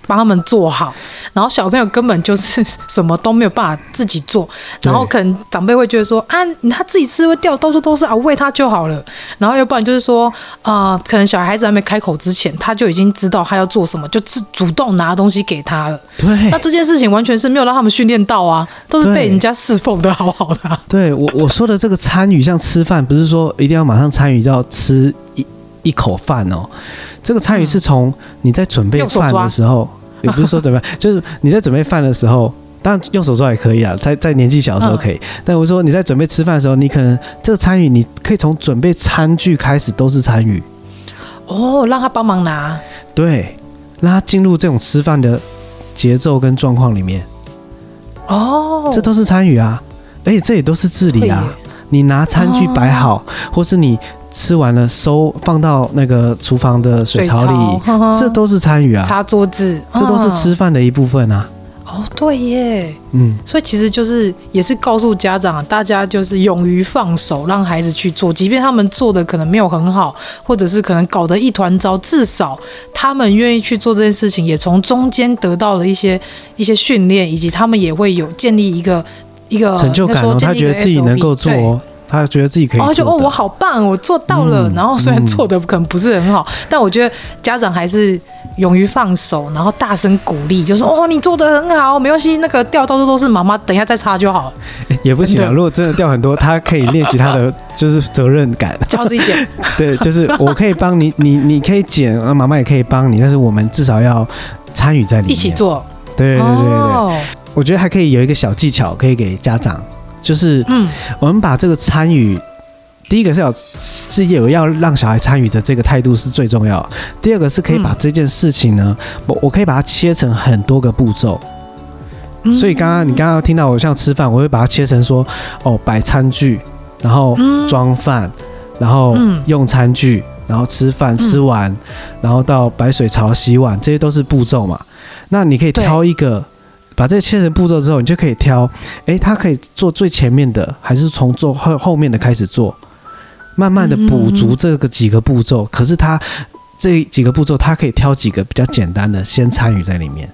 帮他们做好，然后小朋友根本就是什么都没有办法自己做，然后可能长辈会觉得说啊，他自己吃会掉到处都是啊，喂他就好了。然后要不然就是说可能小孩子还没开口之前，他就已经知道他要做什么，就主动拿东西给他了。 对， 那这件事情完全是没有让他们训练到啊，都是被人家侍奉的好好的啊。 对，我说的这个参与，像吃饭，不是说一定要马上参与要吃一口饭哦。这个参与是从你在准备饭的时候，也不是说准备，就是你在准备饭的时候，当然用手抓也可以啊，在年纪小的时候可以。但我说你在准备吃饭的时候，你可能这个参与，你可以从准备餐具开始都是参与。 哦，让他帮忙拿。 对，让他进入这种吃饭的节奏跟状况里面。哦，这都是参与啊，而且这也都是自理啊。你拿餐具摆好，或是你吃完了放到那个厨房的水槽里，这都是参与啊。 擦桌子， 这都是吃饭的一部分啊。 哦，对耶，所以其实就是也是告诉家长，大家就是勇于放手，让孩子去做，即便他们做的可能没有很好，或者是可能搞得一团糟，至少他们愿意去做这件事情，也从中间得到了一些训练，以及他们也会有建立一个成就感哦，他觉得自己能够做哦。他觉得自己可以做的， 我好棒，我做到了。然后虽然做的可能不是很好，但我觉得家长还是勇于放手，然后大声鼓励，就说你做得很好，没关系，那个掉到处都是，妈妈等一下再擦就好了。 也不行啊，如果真的掉很多，他可以练习他的就是责任感， 教自己捡。 对，就是我可以帮你，你可以捡，妈妈也可以帮你，但是我们至少要参与在里面， 一起做。 对，我觉得还可以有一个小技巧可以给家长。就是我们把这个参与，第一个是要让小孩参与的这个态度是最重要的。第二个是可以把这件事情呢，我可以把它切成很多个步骤。所以你刚刚听到我像吃饭，我会把它切成说摆餐具，然后装饭，然后用餐具，然后吃饭吃完，然后到摆水槽洗碗，这些都是步骤嘛。那你可以挑一个。把这个切成步骤之后，你就可以挑，他可以做最前面的，还是从做后面的开始做，慢慢的补足这个几个步骤。可是他这几个步骤，他可以挑几个比较简单的，先参与在里面。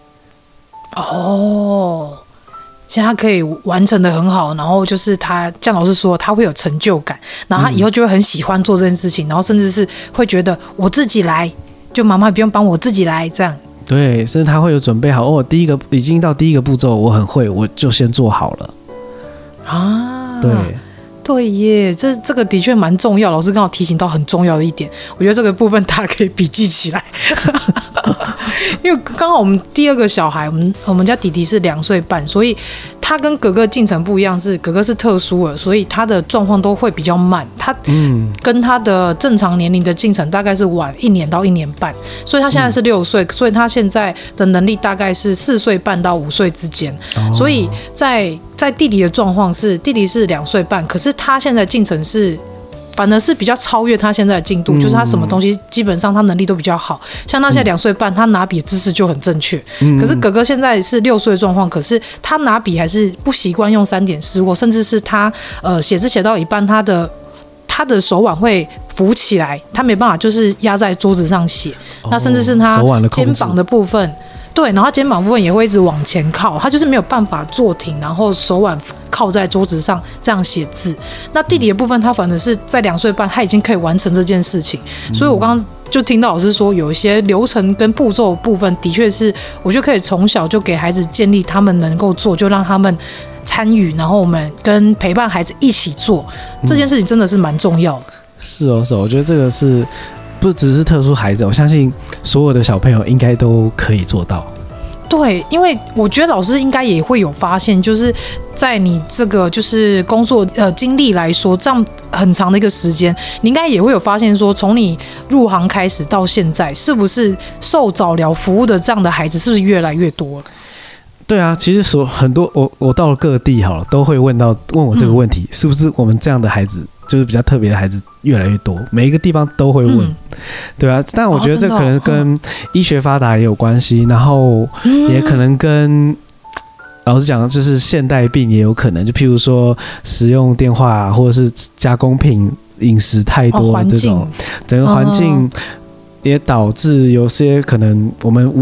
现在他可以完成的很好，然后就是他像老师说，他会有成就感，然后他以后就会很喜欢做这件事情，然后甚至是会觉得我自己来，就妈妈不用帮我自己来这样。 对，甚至他会有准备好第一个已经到第一个步骤，我很会，我就先做好了啊。对耶，这个的确蛮重要。老师刚好提醒到很重要的一点，我觉得这个部分大家可以笔记起来。因为刚好我们第二个小孩，我们家弟弟是2岁半，所以他跟哥哥进程不一样，是哥哥是特殊儿，所以他的状况都会比较慢。他跟他的正常年龄的进程大概是晚1年到1年半，所以他现在是6岁，所以他现在的能力大概是4岁半到5岁之间。所以在弟弟的状况是，弟弟是2岁半，可是他现在进程是。反而是比较超越他现在的进度，就是他什么东西基本上他能力都比较好，像他现在2岁半，他拿笔的姿势就很正确。可是哥哥现在是6岁的状况，可是他拿笔还是不习惯用3点式，或甚至是他写字写到一半，他的手腕会浮起来，他没办法就是压在桌子上写，那甚至是他肩膀的部分。对，然后肩膀部分也会一直往前靠，他就是没有办法坐挺，然后手腕靠在桌子上这样写字。那弟弟的部分，他反而是在2岁半，他已经可以完成这件事情。所以我刚刚就听到老师说，有一些流程跟步骤的部分，的确是我觉得可以从小就给孩子建立他们能够做，就让他们参与，然后我们跟陪伴孩子一起做这件事情，真的是蛮重要的。是哦，我觉得这个是。不只是特殊孩子，我相信所有的小朋友应该都可以做到。 对，因为我觉得老师应该也会有发现，就是在你这个就是工作经历来说，这样很长的一个时间，你应该也会有发现说，从你入行开始到现在，是不是受早疗服务的这样的孩子是不是越来越多了？ 对啊，其实很多我到了各地好了，都会问我这个问题，是不是我们这样的孩子，就是比较特别的孩子越来越多，每一个地方都会问，对啊。但我觉得这可能跟医学发达也有关系，然后也可能跟老实讲，就是现代病也有可能，就譬如说使用电话或者是加工品、饮食太多这种，整个环境也导致有些可能我们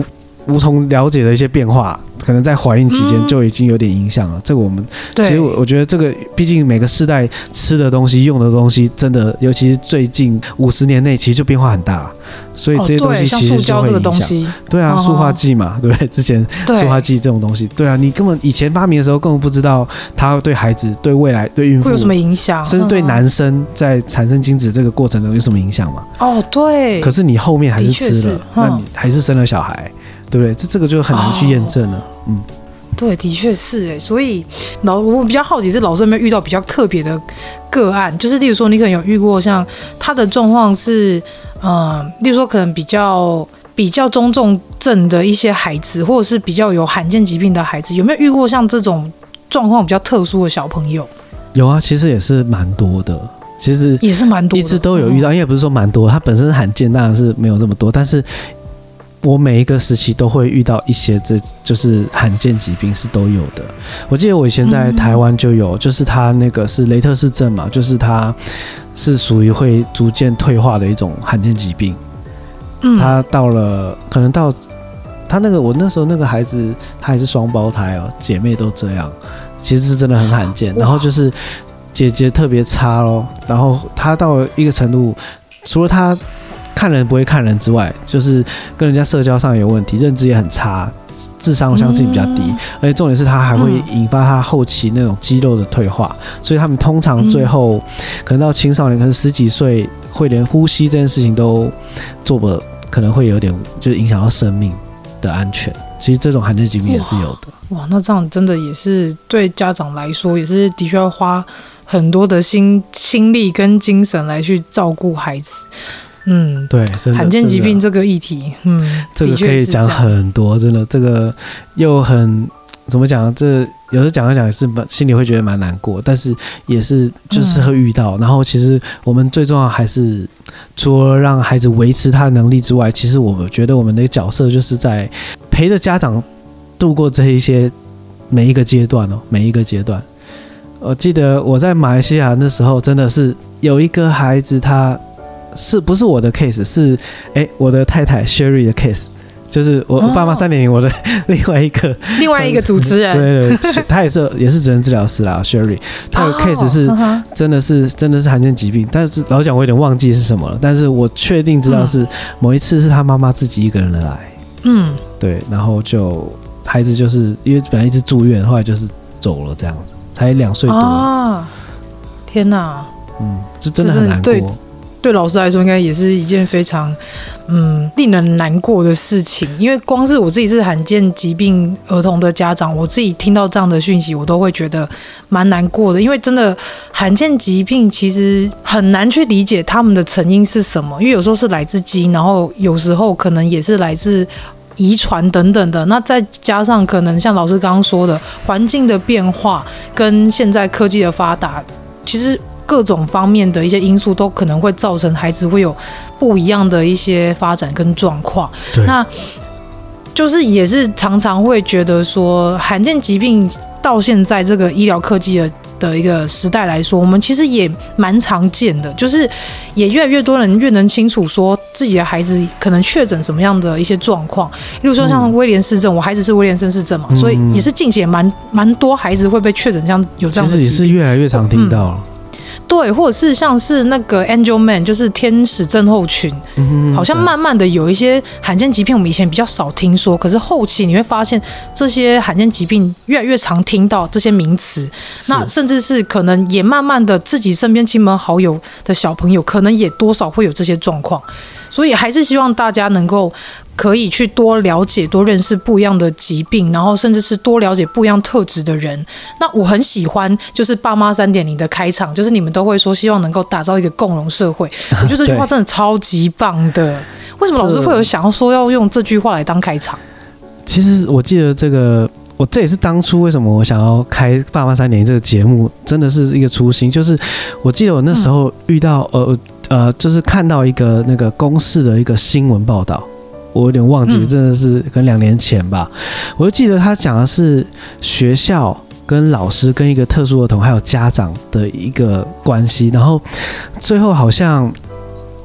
无从了解的一些变化，可能在怀孕期间就已经有点影响了。这个我们其实我觉得这个，毕竟每个世代吃的东西、用的东西，真的，尤其是最近50年内，其实就变化很大。所以这些东西其实就会影响。对啊，塑化剂嘛，对不对？之前塑化剂这种东西，对啊，你根本以前发明的时候根本不知道它对孩子、对未来、对孕妇会有什么影响， 甚至对男生在产生精子这个过程中有什么影响嘛？ 哦，对。 可是你后面还是吃了，那你还是生了小孩，对不对？这个就很难去验证了。 对，的确是哎，所以我比较好奇是老师有没有遇到比较特别的个案，就是例如说你可能有遇过像他的状况是，例如说可能比较中重症的一些孩子，或者是比较有罕见疾病的孩子，有没有遇过像这种状况比较特殊的小朋友？ 有啊，其实也是蛮多的。其实也是蛮多的， 一直都有遇到，因为不是说蛮多，它本身罕见当然是没有这么多，但是我每一个时期都会遇到一些就是罕见疾病是都有的。我记得我以前在台湾就有，就是他那个是雷特氏症嘛，就是他是属于会逐渐退化的一种罕见疾病。他到了可能到他那个我那时候那个孩子他还是双胞胎哦，姐妹都这样，其实是真的很罕见。然后就是姐姐特别差咯，然后他到了一个程度，除了他看人不会看人之外，就是跟人家社交上有问题，认知也很差，智商我相信比较低，而且重点是他还会引发他后期那种肌肉的退化，所以他们通常最后可能到青少年，可能10几岁会连呼吸这件事情都做不，可能会有点就是影响到生命的安全。其实这种罕见疾病也是有的。 哇，那这样真的也是对家长来说，也是的确要花很多的心力跟精神来去照顾孩子。 对，真的罕见疾病这个议题， 这个可以讲很多，真的，这个又很怎么讲？这有时候讲一讲也是心里会觉得蛮难过，但是也是就是会遇到。然后其实我们最重要还是除了让孩子维持他的能力之外，其实我觉得我们的角色就是在陪着家长度过这一些每一个阶段哦，每一个阶段。我记得我在马来西亚那时候，真的是有一个孩子他。是不是我的 case？ 是我的太太 Sherry 的 case， 就是我爸妈3.0我的另外一个主持人， 对，他也是职能治疗师啦 Sherry， 他的 case 是真的是罕见疾病，但是老实讲我有点忘记是什么了，但是我确定知道是某一次是他妈妈自己一个人来，对，然后就孩子就是因为本来一直住院，后来就是走了这样子，才2岁多天哪， 这真的很难过。 对老师来说，应该也是一件非常令人难过的事情。因为光是我自己是罕见疾病儿童的家长，我自己听到这样的讯息，我都会觉得蛮难过的。因为真的罕见疾病其实很难去理解他们的成因是什么，因为有时候是来自基因，然后有时候可能也是来自遗传等等的，那再加上可能像老师刚刚说的环境的变化跟现在科技的发达，其实各种方面的一些因素都可能会造成孩子会有不一样的一些发展跟状况。那就是也是常常会觉得说，罕见疾病到现在这个医疗科技的一个时代来说，我们其实也蛮常见的，就是也越来越多人越能清楚说自己的孩子可能确诊什么样的一些状况。例如说像威廉氏症，我孩子是威廉森氏症嘛，所以也是近期也蛮多孩子会被确诊像有这样的疾病， 其实也是越来越常听到了。 对，或者是像是那个 Angelman， 就是天使症候群，好像慢慢的有一些罕见疾病，我们以前比较少听说，可是后期你会发现这些罕见疾病越来越常听到这些名词，那甚至是可能也慢慢的自己身边亲朋好友的小朋友，可能也多少会有这些状况，所以还是希望大家能够可以去多了解、多认识不一样的疾病，然后甚至是多了解不一样特质的人。那我很喜欢就是爸妈3.0的开场，就是你们都会说希望能够打造一个共融社会，我觉得这句话真的超级棒的。为什么老师会有想要说要用这句话来当开场？ 其实我记得这也是当初为什么我想要开爸妈3.0这个节目，真的是一个初心。就是我记得我那时候遇到就是看到一个那个公视的一个新闻报道，我有点忘记，真的是可能2年前吧。我就记得他讲的是学校跟老师跟一个特殊儿童还有家长的一个关系，然后最后好像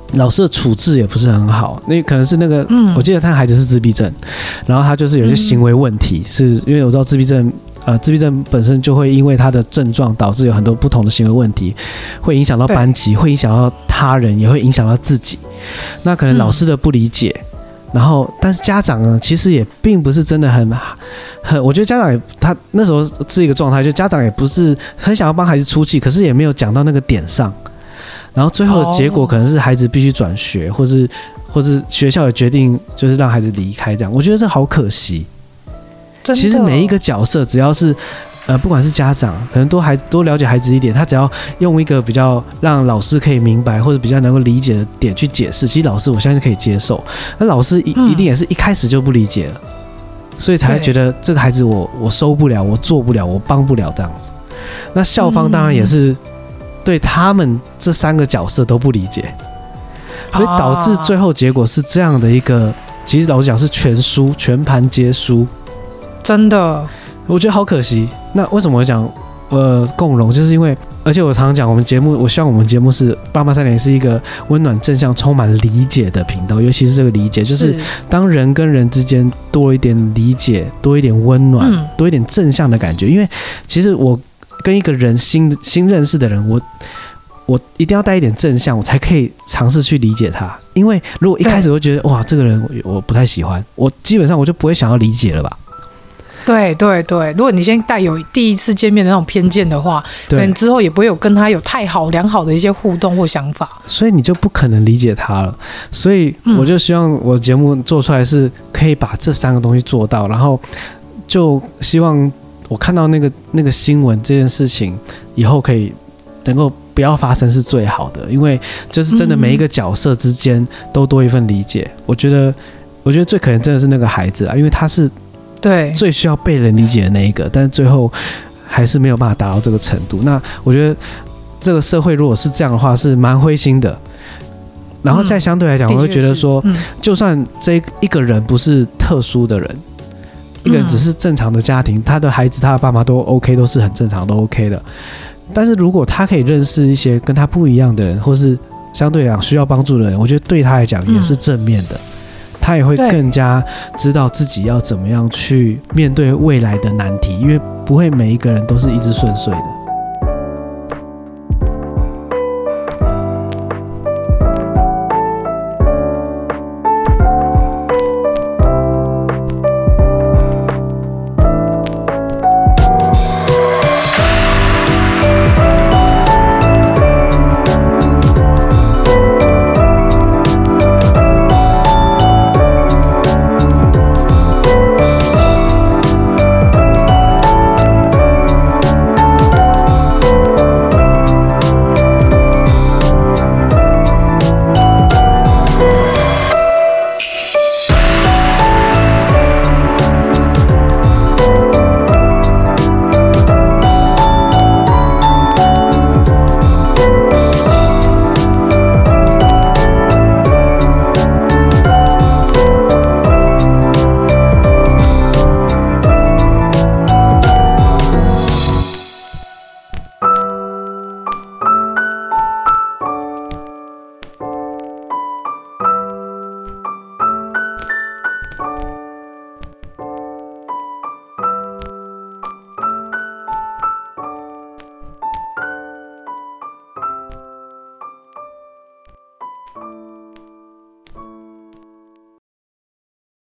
老师的处置也不是很好，那可能是那个，我记得他孩子是自闭症，然后他就是有些行为问题，是因为我知道自闭症本身就会因为他的症状导致有很多不同的行为问题，会影响到班级，会影响到他人，也会影响到自己。那可能老师的不理解，然后但是家长呢，其实也并不是真的很，我觉得家长他那时候是一个状态，就家长也不是很想要帮孩子出气，可是也没有讲到那个点上。然后最后的结果可能是孩子必须转学，或是学校也决定就是让孩子离开这样。我觉得这好可惜。其实每一个角色只要是不管是家长，可能多了解孩子一点，他只要用一个比较让老师可以明白或者比较能够理解的点去解释，其实老师我相信可以接受。那老师一定也是一开始就不理解了，所以才会觉得这个孩子我收不了，我做不了，我帮不了这样子。那校方当然也是对他们这3个角色都不理解，所以导致最后结果是这样的一个，其实老实讲是全盘皆输， 真的， 我觉得好可惜。那为什么我讲共融，就是因为，而且我常常讲我们节目，我希望我们节目是爸妈3点是一个温暖正向充满理解的频道，尤其是这个理解，就是当人跟人之间多一点理解，多一点温暖，多一点正向的感觉。因为其实我跟一个人新认识的人，我一定要带一点正向，我才可以尝试去理解他。因为如果一开始我觉得哇这个人我不太喜欢，我基本上我就不会想要理解了吧。 对对对，如果你先带有第一次见面的那种偏见的话，可能之后也不会有跟他有太良好的一些互动或想法，所以你就不可能理解他了。所以我就希望我节目做出来是可以把这3个东西做到，然后就希望我看到那个新闻这件事情以后可以能够不要发生是最好的，因为就是真的每一个角色之间都多一份理解。我觉得最可能真的是那个孩子啊，因为他是对最需要被人理解的那一个，但是最后还是没有办法达到这个程度。那我觉得这个社会如果是这样的话是蛮灰心的。然后再相对来讲，我会觉得说就算这一个人不是特殊的人，一个人只是正常的家庭，他的孩子他的爸妈都 OK， 都是很正常，都 OK 的。但是如果他可以认识一些跟他不一样的人，或是相对来讲需要帮助的人，我觉得对他来讲也是正面的。他也会更加知道自己要怎么样去面对未来的难题，因为不会每一个人都是一直顺遂的。